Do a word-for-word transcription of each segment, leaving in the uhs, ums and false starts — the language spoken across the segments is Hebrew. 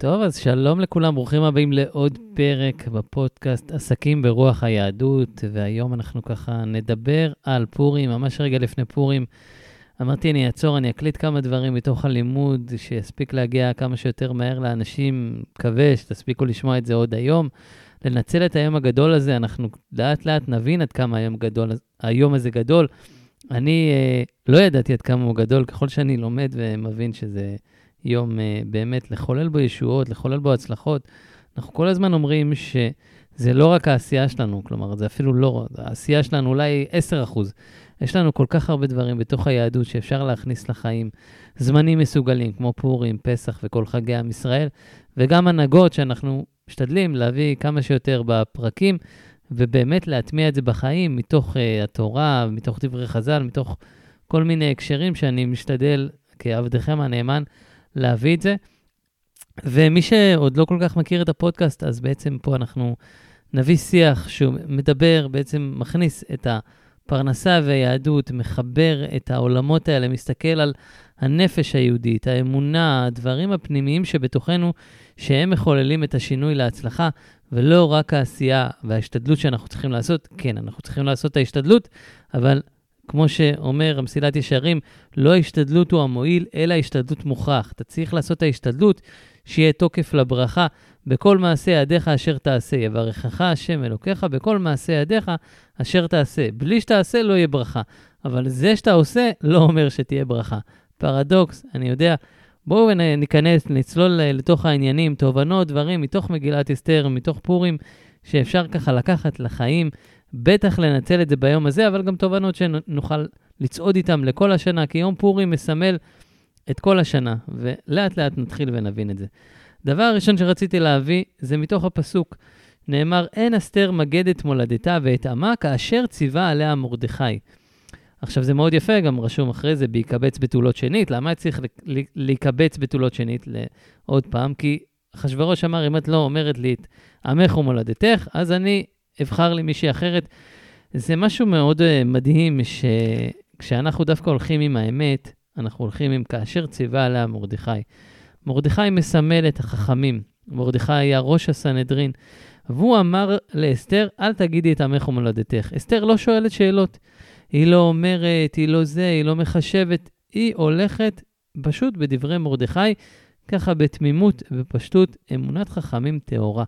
טוב, אז שלום לכולם, ברוכים הבאים לעוד פרק בפודקאסט עסקים ברוח היהדות, והיום אנחנו ככה נדבר על פורים, ממש רגע לפני פורים. אמרתי, אני אעצור, אני אקליט כמה דברים מתוך הלימוד, שיספיק להגיע כמה שיותר מהר לאנשים, מקווה שתספיקו לשמוע את זה עוד היום. לנצל את היום הגדול הזה, אנחנו לאט לאט נבין עד כמה היום, גדול, היום הזה גדול. אני אה, לא ידעתי עד כמה הוא גדול, ככל שאני לומד ומבין שזה יום אה, באמת לחולל בו ישועות, לחולל בו הצלחות. אנחנו כל הזמן אומרים שזה לא רק העשייה שלנו, כלומר, זה אפילו לא, העשייה שלנו אולי עשרה אחוז. יש לנו כל כך הרבה דברים בתוך היהדות שאפשר להכניס לחיים, זמנים מסוגלים, כמו פורים, פסח וכל חגי עם ישראל, וגם הנהגות שאנחנו משתדלים להביא כמה שיותר בפרקים, ובאמת להטמיע את זה בחיים, מתוך uh, התורה, מתוך דברי חז"ל, מתוך כל מיני הקשרים שאני משתדל, כעבדכם הנאמן, להביא את זה. ומי שעוד לא כל כך מכיר את הפודקאסט, אז בעצם פה אנחנו נביא שיח שהוא מדבר, בעצם מכניס את הפרנסה והיהדות, מחבר את העולמות האלה, מסתכל על הנפש היהודית, האמונה, הדברים הפנימיים שבתוכנו, שהם מחוללים את השינוי להצלחה, ולא רק העשייה וההשתדלות שאנחנו צריכים לעשות. כן, אנחנו צריכים לעשות את ההשתדלות, אבל כמו שאומר המסילת ישרים, לא ההשתדלות הוא המועיל, אלא ההשתדלות מוכרח. אתה צריך לעשות את ההשתדלות, שיהיה תוקף לברכה, בכל מעשה ידיך אשר תעשה, יברכך השם אלוקיך, בכל מעשה ידיך אשר תעשה. בלי שתעשה לא יהיה ברכה, אבל זה שאתה עושה לא אומר שתהיה ברכה. פרדוקס, אני יודע, בואו ניכנס, נצלול לתוך העניינים, תובנות, דברים, מתוך מגילת אסתר, מתוך פורים, שאפשר ככה לקחת לחיים, בטח לנצל את זה ביום הזה, אבל גם תובנות שנוכל לצעוד איתם לכל השנה, כי יום פורים מסמל את כל השנה, ולאט לאט נתחיל ונבין את זה. דבר הראשון שרציתי להביא, זה מתוך הפסוק, נאמר, אין אסתר מגדת מולדתה ואת עמה, כאשר ציווה עליה מרדכי. עכשיו זה מאוד יפה, גם רשום אחרי זה, בהיקבץ בתולות שנית. למה צריך להיקבץ בתולות שנית לעוד פעם? כי אחשוורוש אמר, אם את לא אומרת לי את עמך ומולדתך, אז אני אבחר לי מישהי אחרת. זה משהו מאוד uh, מדהים, שכשאנחנו דווקא הולכים עם האמת, אנחנו הולכים עם כאשר ציווה עליה מרדכי. מרדכי מסמל את החכמים. מרדכי היה ראש הסנהדרין, והוא אמר לאסתר, אל תגידי את עמך ומולדתך. אסתר לא שואלת שאלות. היא לא אומרת, היא לא זה, היא לא מחשבת, היא הולכת פשוט בדברי מרדכי, ככה בתמימות ופשטות, אמונת חכמים טהורה.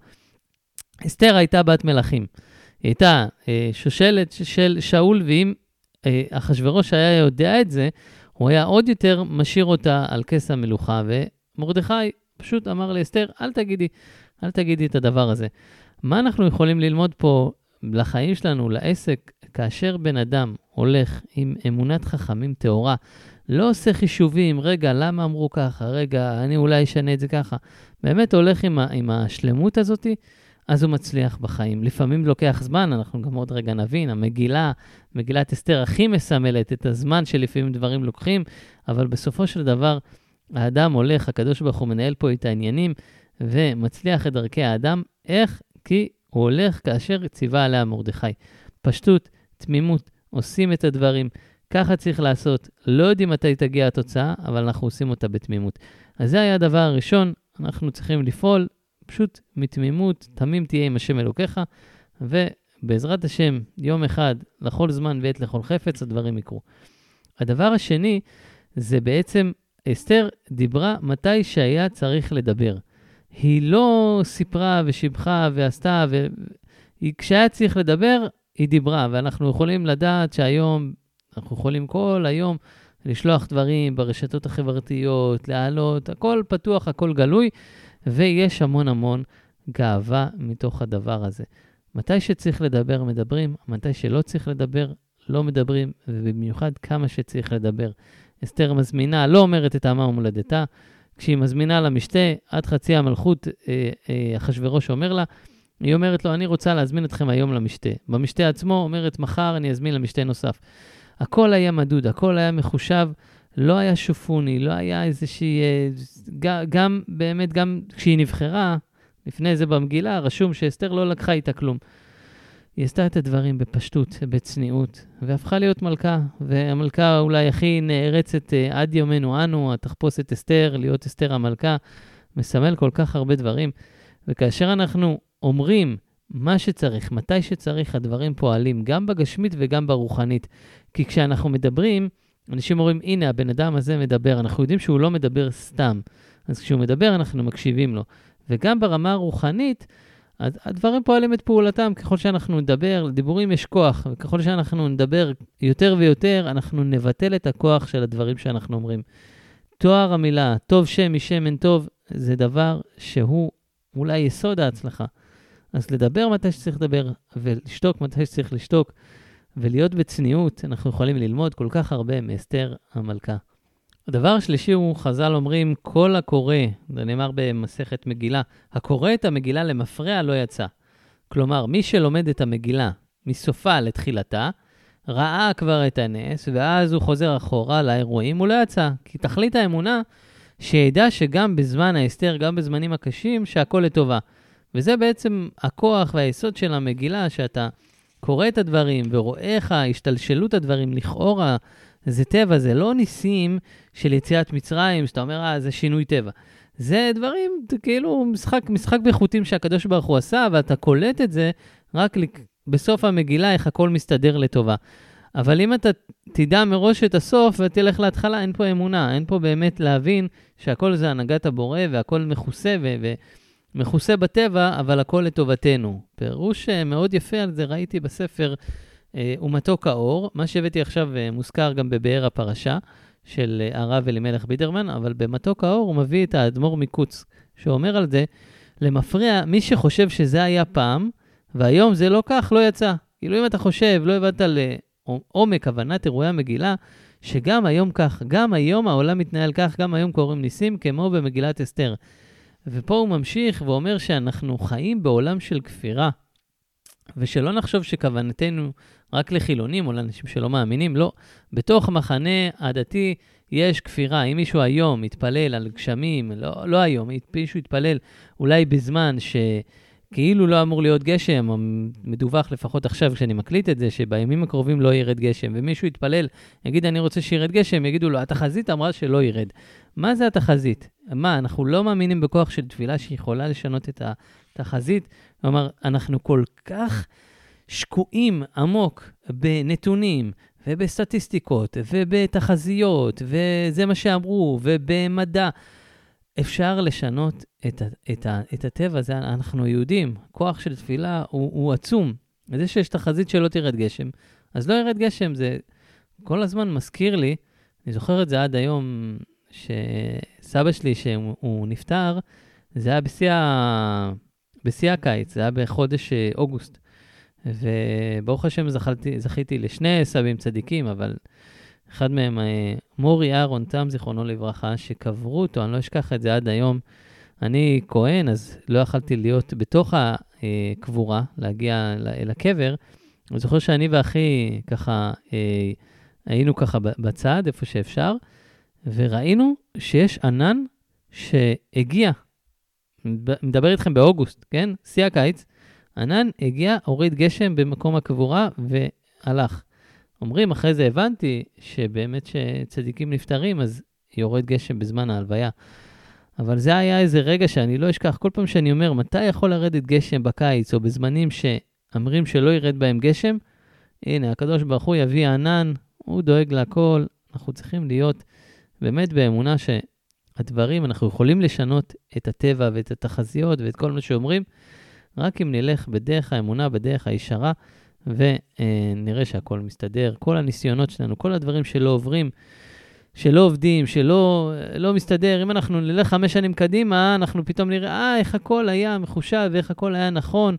אסתר הייתה בת מלכים, היא הייתה אה, שושלת של שאול, ואם אה, אחשוורוש היה יודע את זה, הוא היה עוד יותר משאיר אותה על כס המלוכה, ומרדכי פשוט אמר לאסתר, אל תגידי, אל תגידי את הדבר הזה. מה אנחנו יכולים ללמוד פה לחיים שלנו, לעסק, כאשר בן אדם הולך עם אמונת חכמים טהורה, לא עושה חישובים, רגע, למה אמרו ככה, רגע, אני אולי אשנה את זה ככה, באמת הולך עם, ה, עם השלמות הזאת, אז הוא מצליח בחיים. לפעמים לוקח זמן, אנחנו גם עוד רגע נבין, המגילה, מגילת אסתר הכי מסמלת את הזמן שלפעמים דברים לוקחים, אבל בסופו של דבר, האדם הולך, הקדוש ברוך הוא מנהל פה את העניינים, ומצליח את דרכי האדם, איך? כי הוא הולך כאשר ציווה עליה מרדכי. פשטות, תמימות, עושים את הדברים, ככה צריך לעשות, לא יודעים מתי תגיע התוצאה, אבל אנחנו עושים אותה בתמימות. אז זה היה הדבר הראשון, אנחנו צריכים לפעול, פשוט מתמימות, תמים תהיה עם השם אלוקיך, ובעזרת השם, יום אחד, לכל זמן ועת לכל חפץ, הדברים יקרו. הדבר השני, זה בעצם, אסתר דיברה מתי שהיה צריך לדבר. היא לא סיפרה ושיבחה ועשתה, וכשהיה צריך לדבר, היא דיברה, ואנחנו יכולים לדעת שהיום, אנחנו יכולים כל היום לשלוח דברים ברשתות החברתיות, להעלות, הכל פתוח, הכל גלוי, ויש המון המון גאווה מתוך הדבר הזה. מתי שצריך לדבר, מדברים, מתי שלא צריך לדבר, לא מדברים, ובמיוחד כמה שצריך לדבר. אסתר מזמינה, לא אומרת את עמה ומולדתה, כשהיא מזמינה למשתה, עד חצי המלכות, אחשוורוש אומר לה, היא אומרת לו, אני רוצה להזמין אתכם היום למשתה. במשתה עצמו אומרת, מחר אני אזמין למשתה נוסף. הכל היה מדוד, הכל היה מחושב, לא היה שופוני, לא היה איזושהי, גם באמת, גם כשהיא נבחרה, לפני זה במגילה, רשום שאסתר לא לקחה איתה כלום. היא עשתה את הדברים בפשטות, בצניעות, והפכה להיות מלכה, והמלכה אולי הכי נערצת עד יומנו אנו, התחפושת אסתר, להיות אסתר המלכה, מסמל כל כך הרבה דברים, וכאשר אנחנו אומרים מה שצריך, מתי שצריך, הדברים פועלים גם בגשמית וגם ברוחנית. כי כשאנחנו מדברים, אנשים אומרים, הנה, הבן אדם הזה מדבר, אנחנו יודעים שהוא לא מדבר סתם. אז כשהוא מדבר, אנחנו מקשיבים לו. וגם ברמה הרוחנית, הדברים פועלים את פעולתם. ככל שאנחנו נדבר, לדיבורים יש כוח, וככל שאנחנו נדבר יותר ויותר, אנחנו נבטל את הכוח של הדברים שאנחנו אומרים. תואר המילה, טוב שם משם אין טוב, זה דבר שהוא אולי יסוד ההצלחה. אז לדבר מתי שצריך לדבר, ולשתוק מתי שצריך לשתוק, ולהיות בצניעות, אנחנו יכולים ללמוד כל כך הרבה מאסתר המלכה. הדבר השלישי הוא, חז"ל אומרים, כל הקורא, זה נאמר במסכת מגילה, הקורא את המגילה למפרע לא יצא. כלומר, מי שלומד את המגילה מסופה לתחילתה, ראה כבר את הנס, ואז הוא חוזר אחורה לאירועים, הוא לא יצא. כי תכלית האמונה, שידע שגם בזמן האסתר, גם בזמנים הקשים, שהכל לטובה. וזה בעצם הכוח והיסוד של המגילה, שאתה קורא את הדברים ורואה איך השתלשלות הדברים, לכאורה זה טבע, זה לא ניסים של יציאת מצרים, שאתה אומר, אה, זה שינוי טבע. זה דברים, כאילו משחק, משחק בחוטים שהקדוש ברוך הוא עשה, ואתה קולט את זה רק בסוף המגילה, איך הכל מסתדר לטובה. אבל אם אתה תדע מראש את הסוף ותלך להתחלה, אין פה אמונה, אין פה באמת להבין שהכל זה הנהגת הבורא, והכל מכוסה ו... ו- מכוסה בטבע, אבל הכל לטובתנו. פירוש מאוד יפה על זה ראיתי בספר אה, ומתוק האור, מה שהבאתי עכשיו אה, מוזכר גם בבאר הפרשה של אה, הרב אלימלך בידרמן, אבל במתוק האור הוא מביא את האדמו"ר מקוץ, שאומר על זה, למפרע, מי שחושב שזה היה פעם, והיום זה לא כך, לא יצא. כאילו אם אתה חושב, לא הבנת לעומק הבנת אירועי המגילה, שגם היום כך, גם היום העולם מתנהל כך, גם היום קוראים ניסים, כמו במגילת אסתר. ופה הוא ממשיך ואומר שאנחנו חיים בעולם של כפירה, ושלא נחשוב שכוונתנו רק לחילונים או לאנשים שלא מאמינים, לא. בתוך המחנה הדתי יש כפירה. אם מישהו היום מתפלל על גשמים, לא, לא היום, מישהו יתפלל אולי בזמן שכאילו לא אמור להיות גשם, מדווח לפחות עכשיו כשאני מקליט את זה, שבימים הקרובים לא ירד גשם, ומישהו יתפלל, יגיד אני רוצה שירד גשם, יגידו לו, התחזית אמרה שלא ירד. מה זה התחזית? מה, אנחנו לא מאמינים בכוח של תפילה שיכולה לשנות את התחזית? כלומר, אנחנו כל כך שקועים עמוק בנתונים ובסטטיסטיקות ובתחזיות, וזה מה שאמרו, ובמדע. אפשר לשנות את, את, את הטבע הזה, אנחנו יהודים. כוח של תפילה הוא, הוא עצום. וזה שיש תחזית שלא תרד גשם, אז לא ירד גשם. זה כל הזמן מזכיר לי, אני זוכר את זה עד היום, שסבא שלי שהוא נפטר, זה היה בשיא, ה... בשיא הקיץ, זה היה בחודש אוגוסט. וברוך השם זכיתי, זכיתי לשני סבים צדיקים, אבל אחד מהם, מורי אהרון תם, זיכרונו לברכה, שקברו אותו, אני לא אשכח את זה עד היום. אני כהן, אז לא יכלתי להיות בתוך הקבורה, להגיע אל הקבר. אני זוכר שאני ואחי ככה, היינו ככה בצד, איפה שאפשר, וראינו שיש ענן שהגיע, מדבר איתכם באוגוסט, כן? שיא הקיץ, ענן הגיע, הוריד גשם במקום הקבורה והלך. אומרים, אחרי זה הבנתי שבאמת שצדיקים נפטרים, אז יורד גשם בזמן ההלוויה. אבל זה היה איזה רגע שאני לא אשכח, כל פעם שאני אומר, מתי יכול לרדת גשם בקיץ, או בזמנים שאמרים שלא ירד בהם גשם, הנה, הקדוש ברוך הוא יביא ענן, הוא דואג להכל, אנחנו צריכים להיות באמת באמונה שהדברים, אנחנו יכולים לשנות את הטבע ואת התחזיות ואת כל מה שאומרים, רק אם נלך בדרך האמונה, בדרך הישרה, ונראה שהכל מסתדר. כל הניסיונות שלנו, כל הדברים שלא עוברים, שלא עובדים, שלא לא מסתדר, אם אנחנו נלך חמש שנים קדימה, אנחנו פתאום נראה, אה, איך הכל היה מחושב ואיך הכל היה נכון,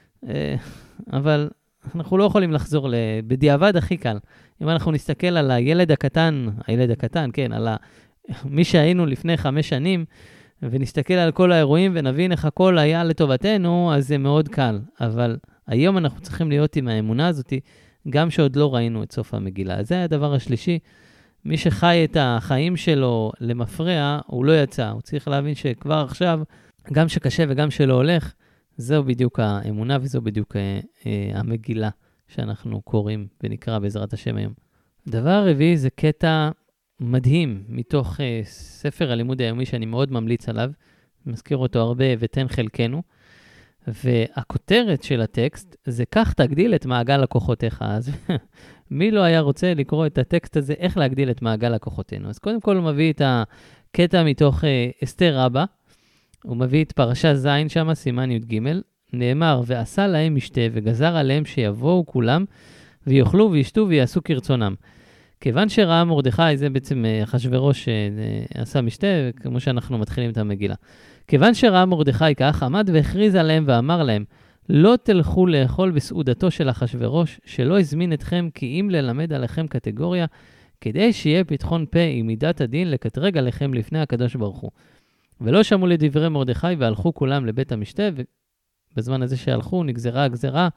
אבל אנחנו לא יכולים לחזור בדיעבד הכי קל. אם אנחנו נסתכל על הילד הקטן, הילד הקטן, כן, על מי שהיינו לפני חמש שנים, ונסתכל על כל האירועים ונבין איך הכל היה לטובתנו, אז זה מאוד קל. אבל היום אנחנו צריכים להיות עם האמונה הזאת, גם שעוד לא ראינו את סוף המגילה. זה הדבר השלישי. מי שחי את החיים שלו למפרע, הוא לא יצא. הוא צריך להבין שכבר עכשיו, גם שקשה וגם שלא הולך, זו בדיוק האמונה וזו בדיוק אה, אה, המגילה שאנחנו קוראים ונקרא בעזרת השם היום. דבר רביעי זה קטע מדהים מתוך uh, ספר הלימוד היומי שאני מאוד ממליץ עליו, מזכיר אותו הרבה, ותן חלקנו. והכותרת של הטקסט זה כך תגדיל את מעגל לקוחותיך. אז מי לא היה רוצה לקרוא את הטקסט הזה, איך להגדיל את מעגל לקוחותינו? אז קודם כל הוא מביא את הקטע מתוך אה, אסתר רבה, הוא מביא את פרשה זין שם, סימן י' ג', נאמר, ועשה להם משתה וגזר עליהם שיבואו כולם ויאכלו וישתו ויעשו כרצונם. כיוון שראה מרדכי, זה בעצם אחשוורוש שעשה משתה, כמו שאנחנו מתחילים את המגילה. כיוון שראה מרדכי כך, עמד והכריז עליהם ואמר להם, לא תלכו לאכול בסעודתו של אחשוורוש, שלא הזמין אתכם כי אם ללמד עליכם קטגוריה, כדי שיהיה פתחון פה עם מידת הדין לקטרג עליכם לפני הקדוש ברוך הוא. ולא שמעו לדברי מרדכי והלכו כולם לבית המשתה, ובזמן הזה שהלכו נגזרה הגזרה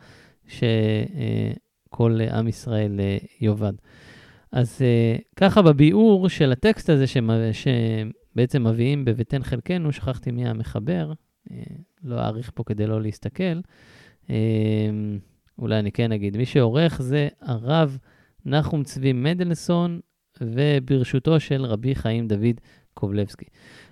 שכל עם ישראל יובד. אז ככה בביאור של הטקסט הזה שבעצם מביאים בבטן חלקנו, שכחתי מי המחבר, לא אעריך פה כדי לא להסתכל, אולי אני כן אגיד, מי שעורך זה הרב נחום צבי מדלסון, וברשותו של רבי חיים דוד קובלבסקי.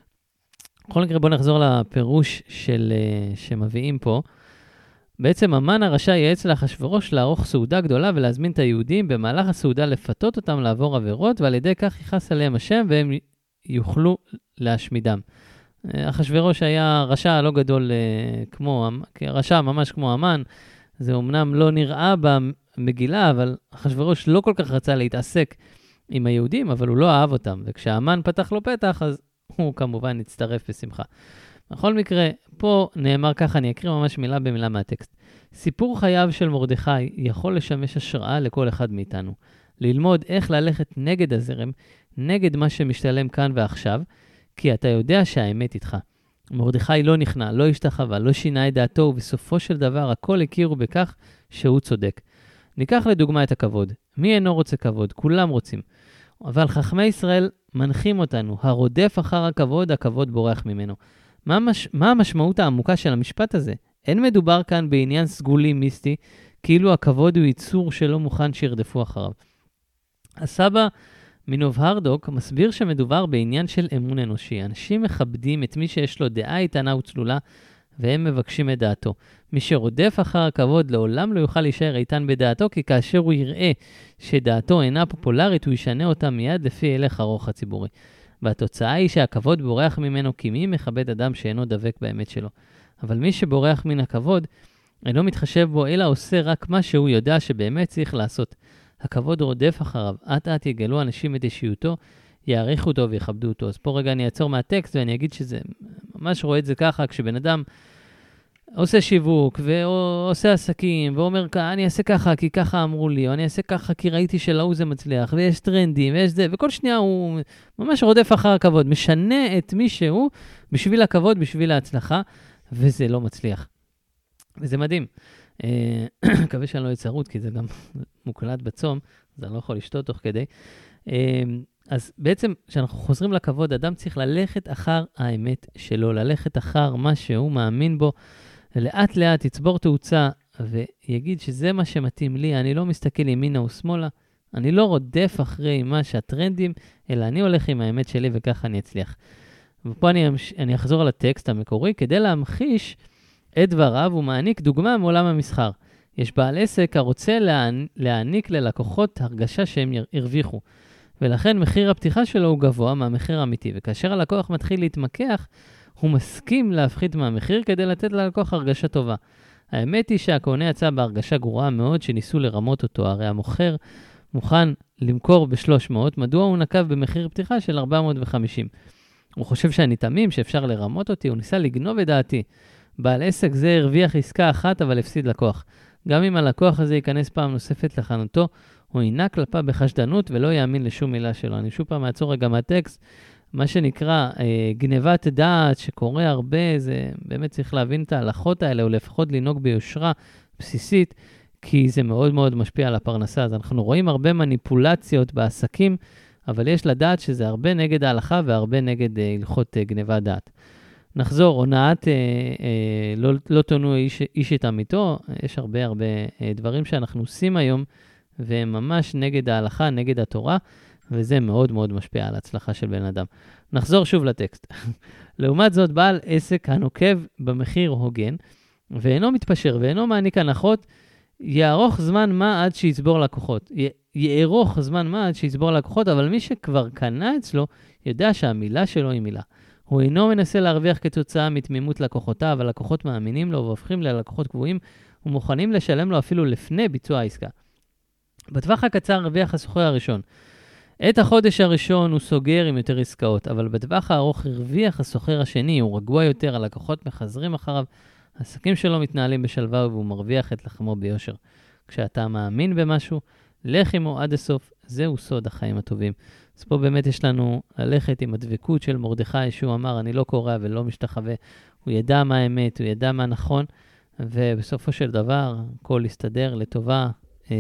בכל מקרה בואו נחזור לפירוש של, שמביאים פה. בעצם המן הרשע ייעץ לאחשוורוש לערוך סעודה גדולה ולהזמין את היהודים במהלך הסעודה לפתות אותם לעבור עבירות, ועל ידי כך יכעס עליהם השם והם יוכלו להשמידם. אחשוורוש היה רשע לא גדול כמו, רשע ממש כמו המן, זה אומנם לא נראה במגילה, אבל אחשוורוש לא כל כך רצה להתעסק עם היהודים, אבל הוא לא אהב אותם, וכשהמן פתח לו פתח, אז הוא כמובן הצטרף בשמחה. בכל מקרה, פה נאמר ככה, אני אקריא ממש מילה במילה מהטקסט. סיפור חייו של מרדכי יכול לשמש השראה לכל אחד מאיתנו. ללמוד איך ללכת נגד הזרם, נגד מה שמשתלם כאן ועכשיו, כי אתה יודע שהאמת איתך. מרדכי לא נכנע, לא השתחווה, לא שינה את דעתו, ובסופו של דבר הכל הכירו בכך שהוא צודק. ניקח לדוגמה את הכבוד. מי אינו רוצה כבוד? כולם רוצים. אבל חכמי ישראל מנחים אותנו, הרודף אחר הכבוד, הכבוד בורח ממנו. מה, מש... מה המשמעות העמוקה של המשפט הזה? אין מדובר כאן בעניין סגולי מיסטי, כאילו הכבוד הוא ייצור שלא מוכן שירדפו אחריו. הסבא מנוב הרדוק מסביר שמדובר בעניין של אמון אנושי. אנשים מכבדים את מי שיש לו דעה איתנה וצלולה, והם מבקשים את דעתו. מי שרודף אחר הכבוד לעולם לא יוכל להישאר איתן בדעתו, כי כאשר הוא יראה שדעתו אינה פופולרית, הוא ישנה אותה מיד לפי הלך הרוח הציבורי. והתוצאה היא שהכבוד בורח ממנו, כי מי מכבד אדם שאינו דבק באמת שלו. אבל מי שבורח מן הכבוד, אינו מתחשב בו, אלא עושה רק מה שהוא יודע שבאמת צריך לעשות. הכבוד רודף אחריו, עד עד יגלו אנשים את אישיותו, יעריכו אותו ויכבדו אותו. אז פה רגע אני אעצור מהטקסט ואני אגיד שזה, ממש רואה את זה ככה, כשבן אדם עושה שיווק ועושה עסקים ואומר, אני אעשה ככה כי ככה אמרו לי, או אני אעשה ככה כי ראיתי שלא זה מצליח, ויש טרנדים ויש זה, וכל שנייה הוא ממש רודף אחר הכבוד, משנה את מי שהוא בשביל הכבוד, בשביל ההצלחה, וזה לא מצליח. וזה מדהים. מקווה שאני לא יצרות, כי זה גם מוקלט בצום, אז אני לא יכול לשתות תוך כדי. אז בעצם, כשאנחנו חוזרים לכבוד, אדם צריך ללכת אחר האמת שלו, ללכת אחר מה שהוא מאמין בו, לאט לאט יצבור תאוצה, ויגיד שזה מה שמתאים לי, אני לא מסתכל ימינה או שמאלה, אני לא רודף אחרי מה שהטרנדים, אלא אני הולך עם האמת שלי וככה אני אצליח. ופה אני, אני אחזור על הטקסט המקורי, כדי להמחיש את דבריו ומעניק דוגמה מעולם המסחר. יש בעל עסק הרוצה להעניק ללקוחות הרגשה שהם הרוויחו, ולכן מחיר הפתיחה שלו הוא גבוה מהמחיר האמיתי, וכאשר הלקוח מתחיל להתמקח, הוא מסכים להפחית מהמחיר כדי לתת ללקוח הרגשה טובה. האמת היא שהקונה יצא בהרגשה גרועה מאוד שניסו לרמות אותו, הרי המוכר מוכן למכור ב-שלוש מאות, מדוע הוא נקב במחיר פתיחה של ארבע מאות וחמישים? הוא חושב שאני תמים, שאפשר לרמות אותי, הוא ניסה לגנוב את דעתי. בעל עסק זה הרוויח עסקה אחת, אבל הפסיד לקוח. גם אם הלקוח הזה ייכנס פעם נוספת לחנותו, הוא ינק כלפיו בחשדנות ולא יאמין לשום מילה שלו. אני שוב פעם מעצור רגע מהטקסט, מה שנקרא אה, גנבת דעת שקורה הרבה, זה באמת צריך להבין את ההלכות האלה, או לפחות לנהוג ביושרה בסיסית, כי זה מאוד מאוד משפיע על הפרנסה. אז אנחנו רואים הרבה מניפולציות בעסקים, אבל יש לדעת שזה הרבה נגד ההלכה והרבה נגד אה, הלכות אה, גנבת דעת. נחזור, הונאת אה, אה, לא, לא תונו איש, איש את עמיתו, יש הרבה הרבה אה, דברים שאנחנו עושים היום, והם ממש נגד ההלכה, נגד התורה, וזה מאוד מאוד משפיע על ההצלחה של בן אדם. נחזור שוב לטקסט. לעומת זאת, בעל עסק הנוקב במחיר הוגן, ואינו מתפשר ואינו מעניק הנחות, יארוך זמן מה עד שיצבור לקוחות. י- יארוך זמן מה עד שיצבור לקוחות, אבל מי שכבר קנה אצלו, יודע שהמילה שלו היא מילה. הוא אינו מנסה להרוויח כתוצאה מתמימות לקוחותיו, הלקוחות מאמינים לו והופכים ללקוחות קבועים, ומוכנים לשלם לו אפילו לפני ביצוע העסקה. בטווח הקצר הרוויח הסוחר הראשון. את החודש הראשון הוא סוגר עם יותר עסקאות, אבל בטווח הארוך הרוויח הסוחר השני, הוא רגוע יותר, הלקוחות מחזרים אחריו, העסקים שלו מתנהלים בשלווה והוא מרוויח את לחמו ביושר. כשאתה מאמין במשהו, לך עמו עד הסוף, זהו סוד החיים הטובים. אז פה באמת יש לנו ללכת עם הדבקות של מרדכי, שהוא אמר, אני לא קורא ולא משתחווה. הוא ידע מה האמת, הוא ידע מה נכון, ובסופו של דבר, הכל יסתדר לטובה,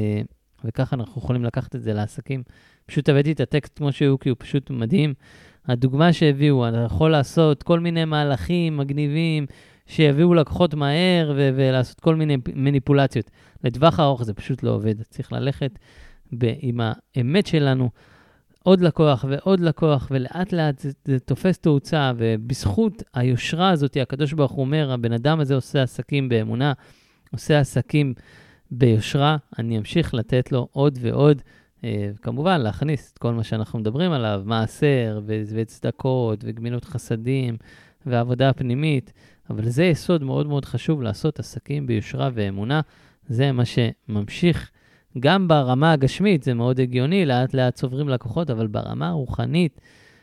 וככה אנחנו יכולים לקחת את זה לעסקים. פשוט הבאתי את הטקסט כמו שהוא, כי הוא פשוט מדהים. הדוגמה שהביאו, אני יכול לעשות כל מיני מהלכים מגניבים, שיביאו לקוחות מהר ו- ולעשות כל מיני מניפולציות. לטווח הארוך זה פשוט לא עובד. צריך ללכת ב- עם האמת שלנו, עוד לקוח ועוד לקוח, ולאט לאט זה, זה תופס תאוצה, ובזכות היושרה הזאת, הקדוש ברוך הוא אומר, הבן אדם הזה עושה עסקים באמונה, עושה עסקים ביושרה, אני אמשיך לתת לו עוד ועוד, כמובן להכניס את כל מה שאנחנו מדברים עליו, מעשר ו- וצדקות וגמילות חסדים ועבודה פנימית, אבל זה יסוד מאוד מאוד חשוב לעשות עסקים ביושרה ואמונה, זה מה שממשיך גם ברמה הגשמית, זה מאוד הגיוני, לאט לאט צוברים לקוחות, אבל ברמה הרוחנית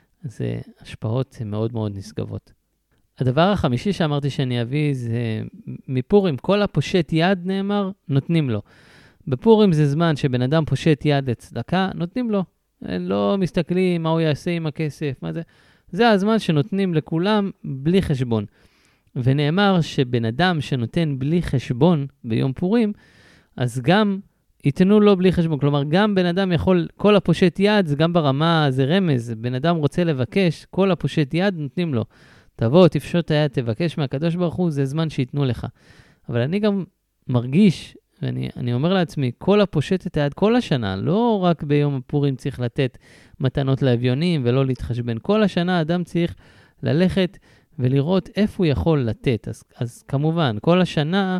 זה השפעות מאוד מאוד נשגבות. הדבר החמישי שאמרתי שאני אביא זה מפורים, כל הפושט יד נאמר, נותנים לו. בפורים זה זמן שבן אדם פושט יד לצדקה, נותנים לו. לא מסתכלים מה הוא יעשה עם הכסף, מה זה. זה הזמן שנותנים לכולם בלי חשבון. ונאמר שבן אדם שנותן בלי חשבון ביום פורים, אז גם ייתנו לו בלי חשבון. כלומר, גם בן אדם יכול, כל הפושט יד, זה גם ברמה, זה רמז. בן אדם רוצה לבקש, כל הפושט יד נותנים לו. תבוא, תפשוט היד, תבקש מהקדוש ברוך הוא, זה זמן שיתנו לך. אבל אני גם מרגיש, ואני אני אומר לעצמי, כל הפושט את היד כל השנה, לא רק ביום הפורים צריך לתת מתנות לאביונים ולא להתחשבן. כל השנה אדם צריך ללכת ולראות איפה הוא יכול לתת. אז, אז כמובן, כל השנה,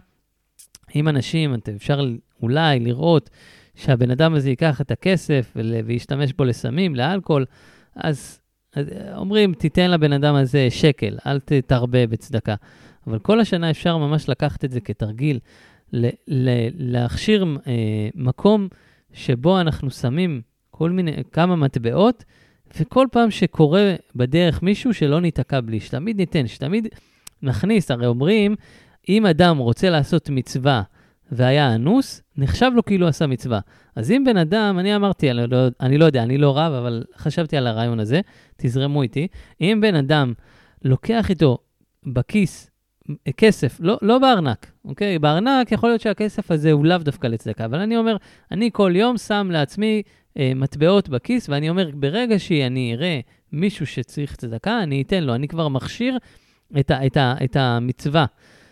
עם אנשים, אפשר אולי לראות שהבן אדם הזה ייקח את הכסף וישתמש בו לסמים, לאלכוהול, אז, אז אומרים, תיתן לבן אדם הזה שקל, אל תתרבה בצדקה. אבל כל השנה אפשר ממש לקחת את זה כתרגיל, ל- ל- להכשיר אה, מקום שבו אנחנו שמים כל מיני, כמה מטבעות, וכל פעם שקורה בדרך מישהו שלא ניתקע בלי, שתמיד ניתן, שתמיד נכניס, הרי אומרים, אם אדם רוצה לעשות מצווה והיה אנוס, נחשב לו כאילו עשה מצווה. אז אם בן אדם, אני אמרתי, אני לא, אני לא יודע, אני לא רב, אבל חשבתי על הרעיון הזה, תזרמו איתי, אם בן אדם לוקח איתו בכיס כסף, לא, לא בארנק, אוקיי? בארנק יכול להיות שהכסף הזה הוא לאו דווקא לצדקה, אבל אני אומר, אני כל יום שם לעצמי אה, מטבעות בכיס, ואני אומר, ברגע שאני אראה מישהו שצריך צדקה, אני אתן לו, אני כבר מכשיר את, ה, את, ה, את המצווה.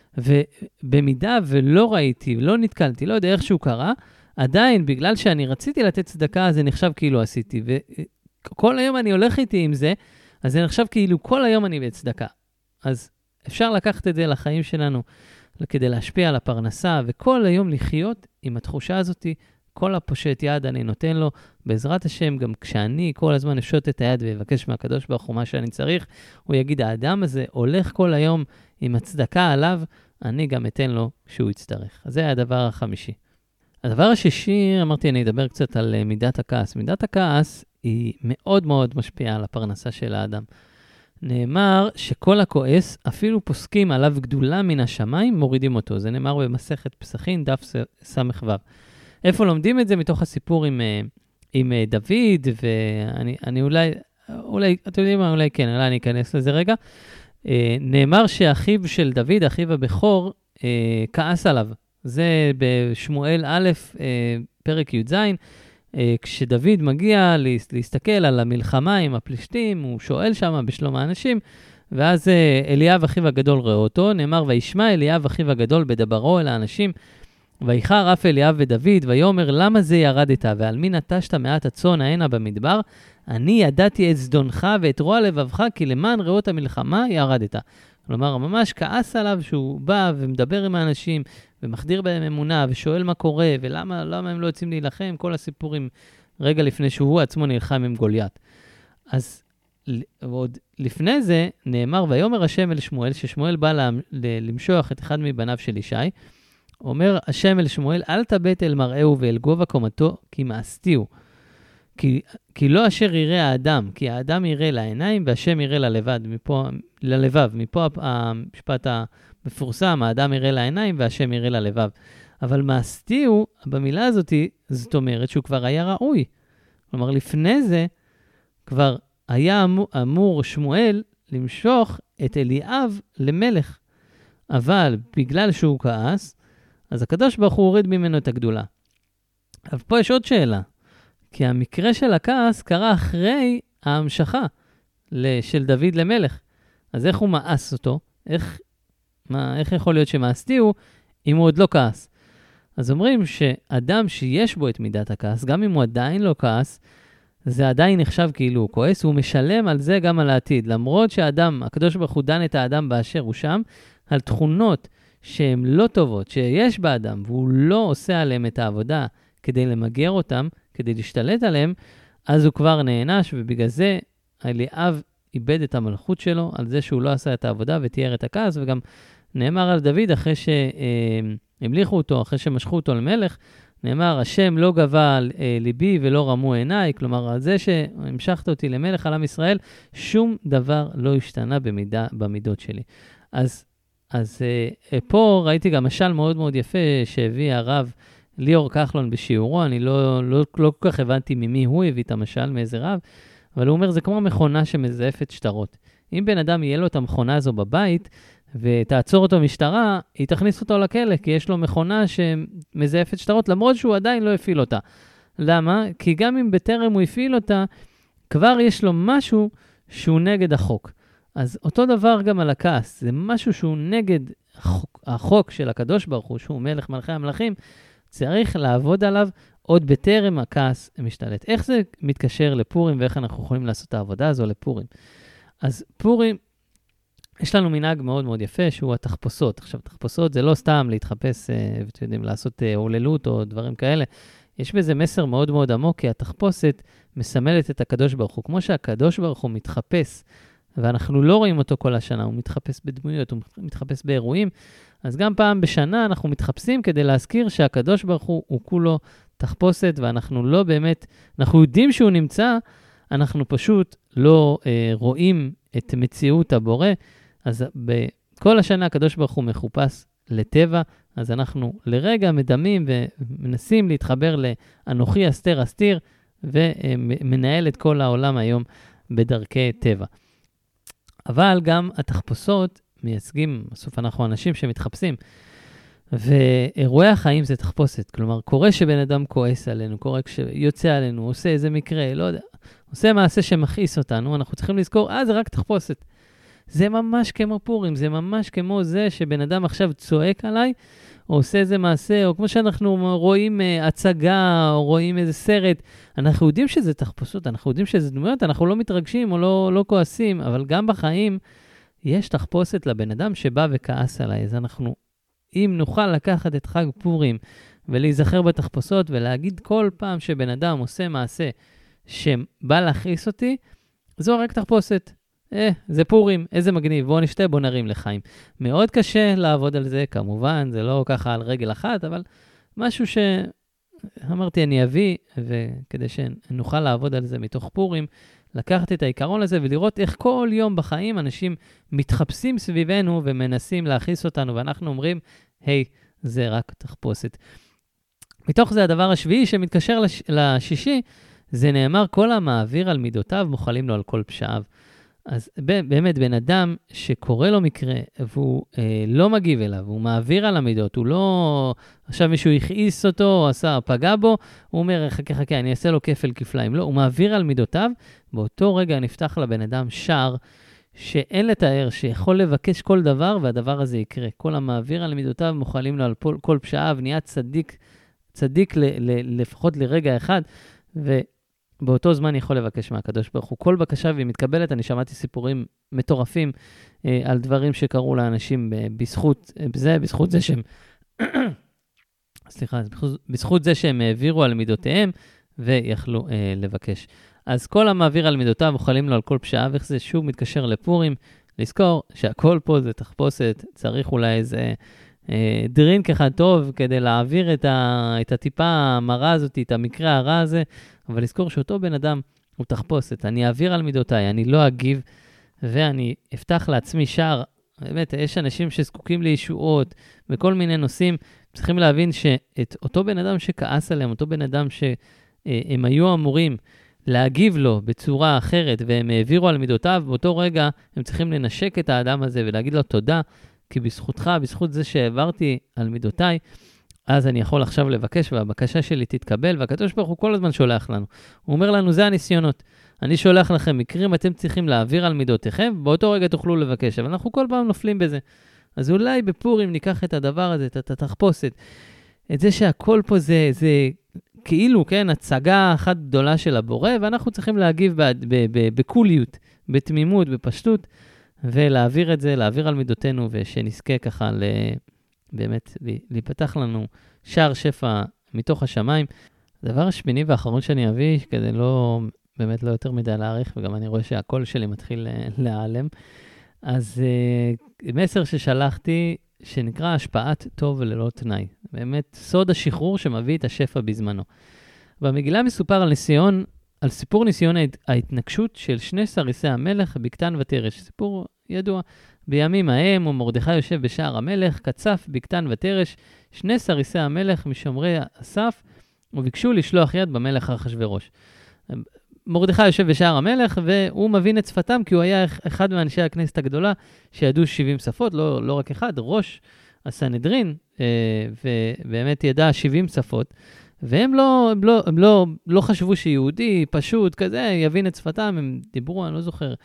ובמידה ולא ראיתי, לא נתקלתי, לא יודע איך שהוא קרה, עדיין בגלל שאני רציתי לתת צדקה, זה נחשב כאילו עשיתי, וכל היום אני הולך איתי עם זה, אז זה נחשב כאילו כל היום אני בצדקה. אז אפשר לקחת את זה לחיים שלנו, כדי להשפיע על הפרנסה, וכל היום לחיות עם התחושה הזאת, כל הפושט יד אני נותן לו, בעזרת השם, גם כשאני כל הזמן אפשוט את היד ויבקש מהקדוש ברוך הוא מה שאני צריך, הוא יגיד, האדם הזה הולך כל היום עם הצדקה עליו, אני גם אתן לו שהוא יצטרך. אז זה הדבר החמישי. הדבר השישי, אמרתי, אני אדבר קצת על מידת הכעס. מידת הכעס היא מאוד מאוד משפיעה על הפרנסה של האדם. נאמר שכל הכועס, אפילו פוסקים עליו גדולה מן השמיים, מורידים אותו. זה נאמר במסכת פסחין, דף סמך וו. איפה לומדים את זה? מתוך הסיפור עם, עם דוד, ואני אני אולי, אולי, אתם יודעים מה, אולי כן, אולי אני אכנס לזה רגע. נאמר שאחיו של דוד, אחיו הבכור, כעס עליו. זה בשמואל א', פרק י"ז, כשדוד מגיע להסתכל על המלחמה עם הפלישתים, הוא שואל שם בשלום האנשים, ואז אליאב אחיו הגדול ראה אותו, נאמר, וישמע אליאב אחיו הגדול בדברו אל האנשים, ויחר אף אליאב ודוד, ויאמר למה זה ירדת, ועל מי נטשת מעט הצאן ההנה במדבר? אני ידעתי את זדונך ואת רוע לבבך, כי למען רעות המלחמה ירדת. כלומר, ממש כעס עליו שהוא בא ומדבר עם האנשים, ומחדיר בהם אמונה, ושואל מה קורה, ולמה למה הם לא יוצאים להילחם, כל הסיפורים רגע לפני שהוא עצמו נלחם עם גוליית. אז עוד לפני זה נאמר, ויאמר השם אל שמואל, ששמואל בא ל- ל- למשוח את אחד מבניו של ישי, אומר השם אל שמואל, אל תבט אל מראהו ואל גובה קומתו, כי מאסתיהו. כי, כי לא אשר יראה האדם, כי האדם יראה לעיניים, והשם יראה ללבד, מפה, ללבב. מפה המשפט המפורסם, האדם יראה לעיניים, והשם יראה ללבב. אבל מאסתיהו, במילה הזאת, זאת אומרת שהוא כבר היה ראוי. כלומר, לפני זה, כבר היה אמור, אמור שמואל למשוך את אליאב למלך. אבל בגלל שהוא כעס, אז הקדוש ברוך הוא הוריד ממנו את הגדולה. אבל פה יש עוד שאלה. כי המקרה של הכעס קרה אחרי ההמשכה של דוד למלך. אז איך הוא מאס אותו? איך, מה, איך יכול להיות שמאסתיהו אם הוא עוד לא כעס? אז אומרים שאדם שיש בו את מידת הכעס, גם אם הוא עדיין לא כעס, זה עדיין נחשב כאילו הוא כועס, הוא משלם על זה גם על העתיד. למרות שהאדם, הקדוש ברוך הוא דן את האדם באשר הוא שם, על תכונות שהן לא טובות, שיש באדם, והוא לא עושה עליהם את העבודה כדי למגר אותם, כדי להשתלט עליהם, אז הוא כבר נענש, ובגלל זה אליאב איבד את המלכות שלו, על זה שהוא לא עשה את העבודה ותיאר את הכעס, וגם נאמר על דוד, אחרי שהמליכו אותו, אחרי שמשכו אותו למלך, נאמר, השם לא גבה ליבי ולא רמו עיניי, כלומר, על זה שהמשכת אותי למלך על עם ישראל, שום דבר לא השתנה במידה, במידות שלי. אז, אז פה ראיתי גם משל מאוד מאוד יפה שהביא הרב ליאור כחלון בשיעורו, אני לא, לא, לא כל כך הבנתי ממי הוא הביא את המשל, מאיזה רב, אבל הוא אומר, זה כמו מכונה שמזייפת שטרות. אם בן אדם יהיה לו את המכונה הזו בבית, ותעצור אותו משטרה, היא תכניס אותו לכלא, כי יש לו מכונה שמזייפת שטרות, למרות שהוא עדיין לא הפעיל אותה. למה? כי גם אם בטרם הוא הפעיל אותה, כבר יש לו משהו שהוא נגד החוק. אז אותו דבר גם על הכעס, זה משהו שהוא נגד החוק, החוק של הקדוש ברוך הוא, שהוא מלך מלכי המלכים, צריך לעבוד עליו עוד בטרם הכעס משתלט. איך זה מתקשר לפורים, ואיך אנחנו יכולים לעשות את העבודה הזו לפורים? אז פורים, יש לנו מנהג מאוד מאוד יפה, שהוא התחפושות. עכשיו, תחפושות זה לא סתם להתחפש, ואתם יודעים, לעשות הוללות או דברים כאלה. יש בזה מסר מאוד מאוד עמוק, כי התחפושת מסמלת את הקדוש ברוך הוא. כמו שהקדוש ברוך הוא מתחפש, ואנחנו לא רואים אותו כל השנה, הוא מתחפש בדמויות, הוא מתחפש באירועים, אז גם פעם בשנה אנחנו מתחפשים כדי להזכיר שהקדוש ברוך הוא הוא כולו תחפושת, ואנחנו לא באמת, אנחנו יודעים שהוא נמצא, אנחנו פשוט לא אה, רואים את מציאות הבורא, אז בכל השנה הקדוש ברוך הוא מחופש לטבע, אז אנחנו לרגע מדמים ומנסים להתחבר לאנוכי אסתר אסתיר, ומנהל את כל העולם היום בדרכי טבע. אבל גם התחפושות מייצגים, בסוף אנחנו אנשים שמתחפשים, ואירועי החיים זה תחפושת, כלומר, קורה שבן אדם כועס עלינו, קורה כשיוצא עלינו, עושה איזה מקרה, לא יודע, עושה מעשה שמכעיס אותנו, אנחנו צריכים לזכור, אה, זה רק תחפושת. זה ממש כמו פורים, זה ממש כמו זה שבן אדם עכשיו צועק עליי, או עושה איזה מעשה, או כמו שאנחנו רואים uh, הצגה, או רואים איזה סרט, אנחנו יודעים שזה תחפושות, אנחנו יודעים שזה דמויות, אנחנו לא מתרגשים או לא, לא כועסים, אבל גם בחיים יש תחפושת לבן אדם שבא וכעס עליי, אז אנחנו, אם נוכל לקחת את חג פורים, ולהיזכר בתחפושות, ולהגיד כל פעם שבן אדם עושה מעשה שבא להכעיס אותי, זו רק תחפושת. אה, זה פורים, איזה מגניב, בוא נשתה, בוא נרים לחיים. מאוד קשה לעבוד על זה, כמובן, זה לא ככה על רגל אחת, אבל משהו שאמרתי אני אביא, וכדי שנוכל לעבוד על זה מתוך פורים, לקחת את העיקרון הזה ולראות איך כל יום בחיים אנשים מתחפשים סביבנו ומנסים להכעיס אותנו, ואנחנו אומרים, היי, זה רק תחפושת. מתוך זה הדבר השביעי שמתקשר לש... לשישי, זה נאמר, כל המעביר על מידותיו מוחלים לו על כל פשעיו. אז באמת, בן אדם שקורא לו מקרה, והוא אה, לא מגיב אליו, הוא מעביר על המידות, הוא לא, עכשיו מישהו הכעיס אותו, או עשה, פגע בו, הוא אומר, חכה, חכה, אני אעשה לו כפל כפליים. לא, הוא מעביר על מידותיו, באותו רגע נפתח לבן אדם שער, שאין לתאר, שיכול לבקש כל דבר, והדבר הזה יקרה. כל המעביר על מידותיו מוכלים לו על כל, כל פשעה, ונהיה צדיק, צדיק ל, ל, לפחות לרגע אחד, ובאותו זמן יכול לבקש מהקדוש ברוך הוא. כל בקשה והיא מתקבלת, אני שמעתי סיפורים מטורפים אה, על דברים שקרו לאנשים אה, בזכות זה, בזכות זה שהם, סליחה, בזכות זה שהם העבירו על מידותיהם, ויכלו אה, לבקש. אז כל המעביר על מידותיו מוכלים לו על כל פשעה, ואיך זה שוב מתקשר לפורים, לזכור שהכל פה זה תחפושת, צריך אולי איזה אה, דרינק אחד טוב, כדי להעביר את, ה, את הטיפה המרה הזאת, את המקרה הרע הזה, אבל לזכור שאותו בן אדם הוא תחפושת, אני אעביר על מידותיי, אני לא אגיב, ואני אפתח לעצמי שער. באמת, יש אנשים שזקוקים לישועות, בכל מיני נושאים, צריכים להבין שאת אותו בן אדם שכעס עליהם, אותו בן אדם שהם היו אמורים להגיב לו בצורה אחרת, והם העבירו על מידותיו, באותו רגע הם צריכים לנשק את האדם הזה ולהגיד לו תודה, כי בזכותך, בזכות זה שהעברתי על מידותיי, אז אני יכול עכשיו לבקש, והבקשה שלי תתקבל, והקדוש ברוך הוא כל הזמן שולח לנו. הוא אומר לנו, זה הניסיונות. אני שולח לכם מקרים, אתם צריכים להעביר על מידותיכם, באותו רגע תוכלו לבקש, אבל אנחנו כל פעם נופלים בזה. אז אולי בפורים ניקח את הדבר הזה, את התחפושת, את זה שהכל פה זה, זה כאילו, כן, הצגה אחת גדולה של הבורא, ואנחנו צריכים להגיב בקוליות, בתמימות, בפשטות, ולהעביר את זה, להעביר על מידותינו, ושנזכה ככה ל... באמת להיפתח לנו שער שפע מתוך השמיים. הדבר השמיני והאחרון שאני אביא, כדי לא, באמת לא יותר מדי להעריך, וגם אני רואה שהקול שלי מתחיל להיעלם, אז uh, מסר ששלחתי, שנקרא השפעת טוב וללא תנאי. באמת סוד השחרור שמביא את השפע בזמנו. במגילה מסופר על ניסיון, על סיפור ניסיון ההתנגשות של שני סריסי המלך, בקתן ותרש. סיפור ידוע. בימים ההם, ומרדכי יושב בשער המלך, קצף בקתן ותרש, שני סריסי המלך משומרי הסף, וביקשו לשלוח יד במלך אחשוורוש. מרדכי יושב בשער המלך, והוא מבין את שפתם, כי הוא היה אחד מאנשי הכנסת הגדולה, שידעו שבעים שפות, לא, לא רק אחד, ראש הסנהדרין, ובאמת ידע שבעים שפות, והם לא, הם לא, הם לא, לא חשבו שיהודי פשוט כזה יבין את שפתם, הם דיברו, אני לא זוכר,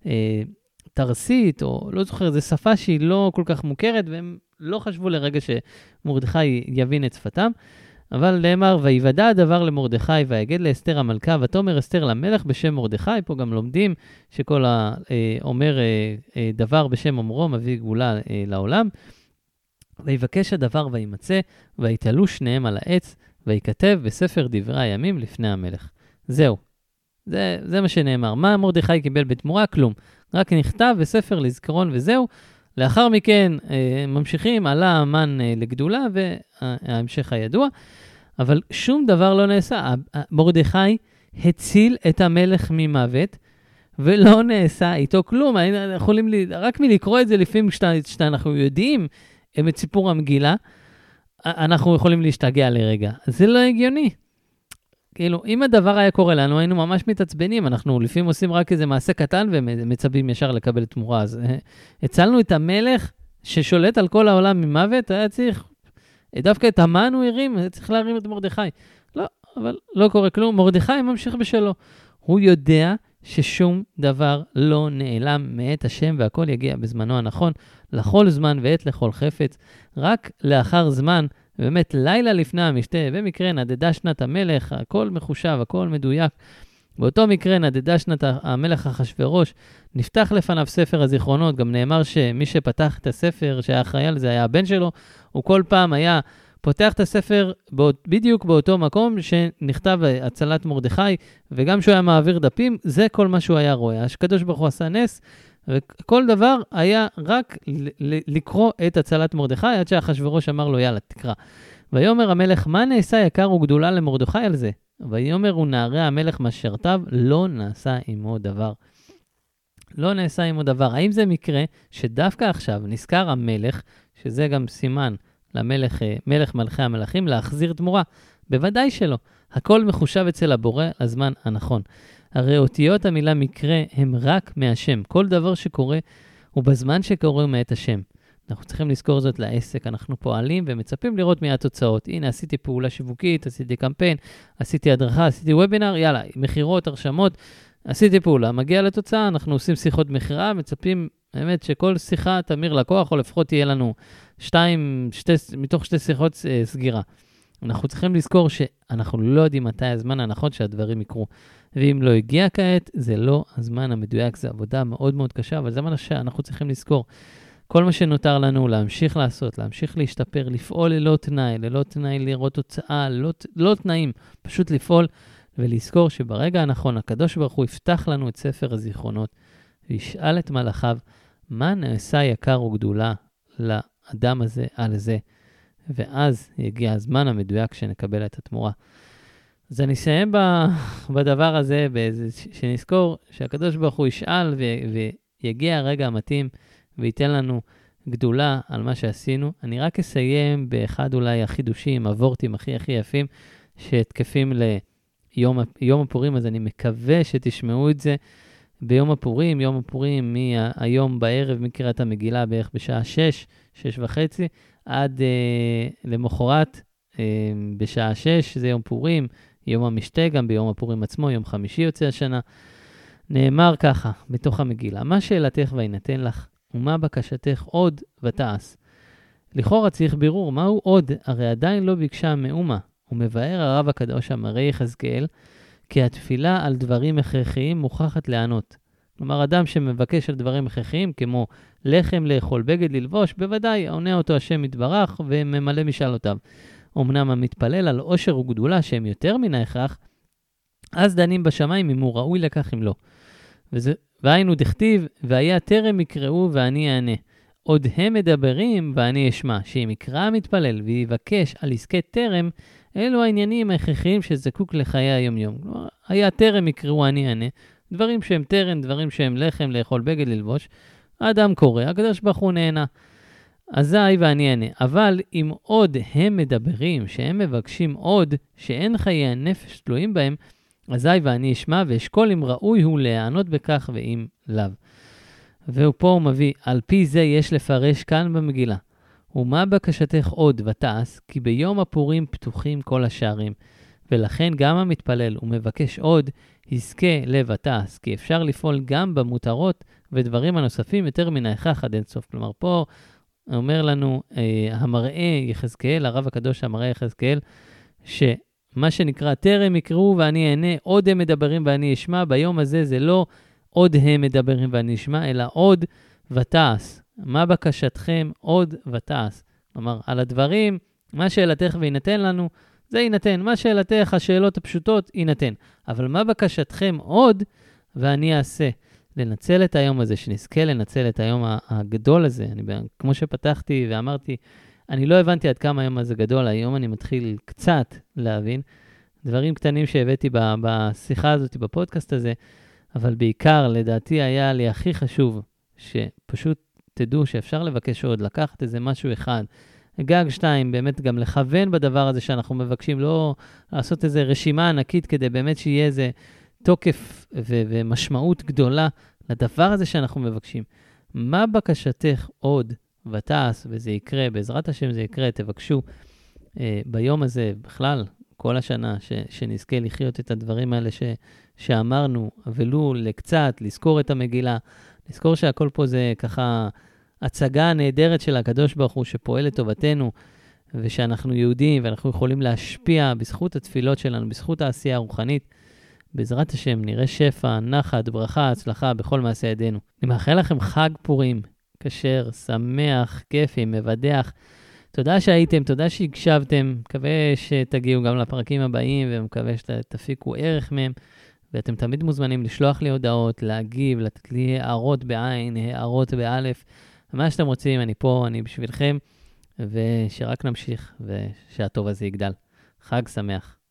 תרסית, או לא זוכר, זו שפה שהיא לא כל כך מוכרת, והם לא חשבו לרגע שמרדכי יבין את שפתם, אבל נאמר, ויוודע הדבר למרדכי, ויגד לאסתר המלכה, ותאמר אסתר למלך בשם מרדכי, פה גם לומדים שכל האומר דבר בשם אומרו, מביא גאולה לעולם, ויבקש הדבר וימצא, ויתעלו שניהם על העץ, ויכתב בספר דברי הימים לפני המלך. זהו, זה, זה מה שנאמר. מה מרדכי קיבל בתמורה? כלום. רק נכתב בספר לזכרון וזהו. לאחר מכן ממשיכים, עלה המן לגדולה, וההמשך הידוע, אבל שום דבר לא נעשה. מרדכי הציל את המלך ממוות, ולא נעשה איתו כלום. יכולים לי, רק מלקרוא את זה לפעמים שאנחנו יודעים את סיפור המגילה, אנחנו יכולים להשתגע לרגע. זה לא הגיוני. כאילו, אם הדבר היה קורה לנו, היינו ממש מתעצבנים, אנחנו לפעמים עושים רק איזה מעשה קטן, ומצבים ישר לקבל תמורה. אז הצלנו את המלך ששולט על כל העולם ממוות, היה צריך, דווקא את המן הוא הרים, היה צריך להרים את מרדכי. לא, אבל לא קורה כלום, מרדכי ממשיך בשלו. הוא יודע ששום דבר לא נעלם מאת השם, והכל יגיע בזמנו הנכון, לכל זמן ועת לכל חפץ, רק לאחר זמן, באמת לילה לפני המשתה, במקרה נדדה שנת המלך, הכל מחושב, הכל מדויק. באותו מקרה נדדה שנת המלך אחשוורוש, נפתח לפניו ספר הזיכרונות, גם נאמר שמי שפתח את הספר, שהיה אחראי על זה, היה הבן שלו, הוא כל פעם היה פותח את הספר בדיוק באותו מקום שנכתב הצלת מרדכי, וגם שהוא היה מעביר דפים, זה כל מה שהוא היה רואה. הקדוש ברוך הוא עשה נס, וכל דבר היה רק לקרוא את הצלת מרדכי, עד שאחשוורוש אמר לו, יאללה, תקרא. ויאמר המלך, מה נעשה יקר וגדולה למרדכי על זה? ויאמר הוא נערי המלך משרתיו, לא נעשה עמו דבר. לא נעשה עמו דבר. האם זה מקרה שדווקא עכשיו נזכר המלך, שזה גם סימן למלך, מלך מלכי המלכים, להחזיר תמורה? בוודאי שלא. הכל מחושב אצל הבורא הזמן הנכון. הרי אותיות המילה מקרה הם רק מהשם. כל דבר שקורה הוא בזמן שקורה מאת השם. אנחנו צריכים לזכור זאת לעסק. אנחנו פועלים ומצפים לראות מה התוצאות. הנה, עשיתי פעולה שיווקית, עשיתי קמפיין, עשיתי הדרכה, עשיתי וובינר, יאללה, מחירות, הרשמות. עשיתי פעולה, מגיע לתוצאה, אנחנו עושים שיחות מחירה, מצפים באמת שכל שיחה תמיר לקוח, או לפחות תהיה לנו שתיים, שתי, מתוך שתי שיחות אה, סגירה. אנחנו צריכים לזכור שאנחנו לא יודעים מתי הזמן הנכון שהדברים יקרו. ואם לא הגיע כעת, זה לא הזמן המדויק, זו עבודה מאוד מאוד קשה, אבל זה מה שאנחנו צריכים לזכור. כל מה שנותר לנו להמשיך לעשות, להמשיך להשתפר, לפעול ללא תנאי, ללא תנאי לראות תוצאה, ללא, ללא תנאים, פשוט לפעול ולזכור שברגע הנכון, הקדוש ברוך הוא יפתח לנו את ספר הזיכרונות, וישאל את מלאכיו, מה נעשה יקר וגדולה לאדם הזה על זה, ואז יגיע הזמן המדויק שנקבל את התמורה. אז אני אסיים בדבר הזה, שנזכור שהקדוש ברוך הוא ישאל ו- ויגיע הרגע המתאים, וייתן לנו גדולה על מה שעשינו. אני רק אסיים באחד אולי החידושים, הוורטים הכי הכי יפים, שתקפים ליום יום הפורים, אז אני מקווה שתשמעו את זה ביום הפורים, יום הפורים מהיום בערב, מקריאת המגילה בערך בשעה שש, שש וחצי, עד אה, למחרת אה, בשעה שש, זה יום פורים, יום המשתה גם ביום הפורים עצמו, יום חמישי יוצא השנה. נאמר ככה, בתוך המגילה, מה שאלתך וינתן לך, ומה בקשתך עוד ותעש. לכאורה צריך בירור, מהו עוד? הרי עדיין לא ביקשה מאומה. הוא מבאר הרב הקדוש אמרי יחזקאל, כי התפילה על דברים הכרחיים מוכרחת לענות. כלומר, אדם שמבקש על דברים הכרחיים, כמו לחם לאכול, בגד ללבוש, בוודאי עונה אותו השם יתברך וממלא משאלותיו. אמנם המתפלל על עושר וגדולה שהם יותר מן ההכרח, אז דנים בשמיים אם הוא ראוי לכך אם לא. וזה, והיינו דכתיב, והיה תרם יקראו ואני אענה. עוד הם מדברים ואני אשמע, שאם יקרא המתפלל ויבקש על עסקי תרם, אלו העניינים ההכרחיים שזקוק לחיי היום-יום. כלומר, היה תרם יקראו אני אענה, דברים שהם תרם, דברים שהם לחם, לאכול בגד ללבוש, האדם קורא, הקדוש ברוך הוא נהנה. אזי ואני אענה. אבל אם עוד הם מדברים, שהם מבקשים עוד, שאין חיי הנפש תלויים בהם, אזי ואני אשמע ואשכול אם ראוי הוא להיענות בכך ואם לאו. והוא פה הוא מביא, על פי זה יש לפרש כאן במגילה. ומה בקשתך עוד ותעש, כי ביום הפורים פתוחים כל השערים. ולכן גם המתפלל ומבקש עוד, יזכה לבתעש, כי אפשר לפעול גם במותרות ודברים הנוספים יותר מן ההכרח עד אין סוף. כלומר, פה אומר לנו אה, המראה יחזקאל, הרב הקדוש המראה יחזקאל, שמה שנקרא תרם יקראו ואני אענה, עוד הם מדברים ואני אשמע, ביום הזה זה לא עוד הם מדברים ואני אשמע, אלא עוד ותעש. מה בקשתכם עוד ותעש? כלומר, על הדברים, מה שאלתך וינתן לנו, זה יינתן. מה שאלתך, השאלות הפשוטות, יינתן. אבל מה בקשתכם עוד ואני אעשה? לנצל את היום הזה, שנזכה לנצל את היום הגדול הזה. אני, כמו שפתחתי ואמרתי, אני לא הבנתי עד כמה היום הזה גדול, היום אני מתחיל קצת להבין. דברים קטנים שהבאתי בשיחה הזאת, בפודקאסט הזה, אבל בעיקר, לדעתי, היה לי הכי חשוב, שפשוט תדעו שאפשר לבקש עוד, לקחת איזה משהו אחד, גג שתיים, באמת גם לכוון בדבר הזה שאנחנו מבקשים, לא לעשות איזה רשימה ענקית, כדי באמת שיהיה איזה תוקף ו- ומשמעות גדולה לדבר הזה שאנחנו מבקשים. מה בקשתך עוד ותעש, וזה יקרה, בעזרת השם זה יקרה, תבקשו אה, ביום הזה, בכלל, כל השנה, ש- שנזכה לחיות את הדברים האלה ש- שאמרנו, ולו לקצת, לזכור את המגילה, לזכור שהכל פה זה ככה הצגה נהדרת של הקדוש ברוך הוא שפועל לטובתנו, ושאנחנו יהודים ואנחנו יכולים להשפיע בזכות התפילות שלנו, בזכות העשייה הרוחנית. בעזרת השם נראה שפע, נחת, ברכה, הצלחה בכל מעשה ידינו. אני מאחל לכם חג פורים, כשר, שמח, כיפי, מבדח. תודה שהייתם, תודה שהקשבתם. מקווה שתגיעו גם לפרקים הבאים, ומקווה שתפיקו ערך מהם. ואתם תמיד מוזמנים לשלוח לי הודעות, להגיב, לתת לי הערות בעין, הערות באלף. מה שאתם רוצים, אני פה, אני בשבילכם, ושרק נמשיך, ושהטוב הזה יגדל. חג שמח.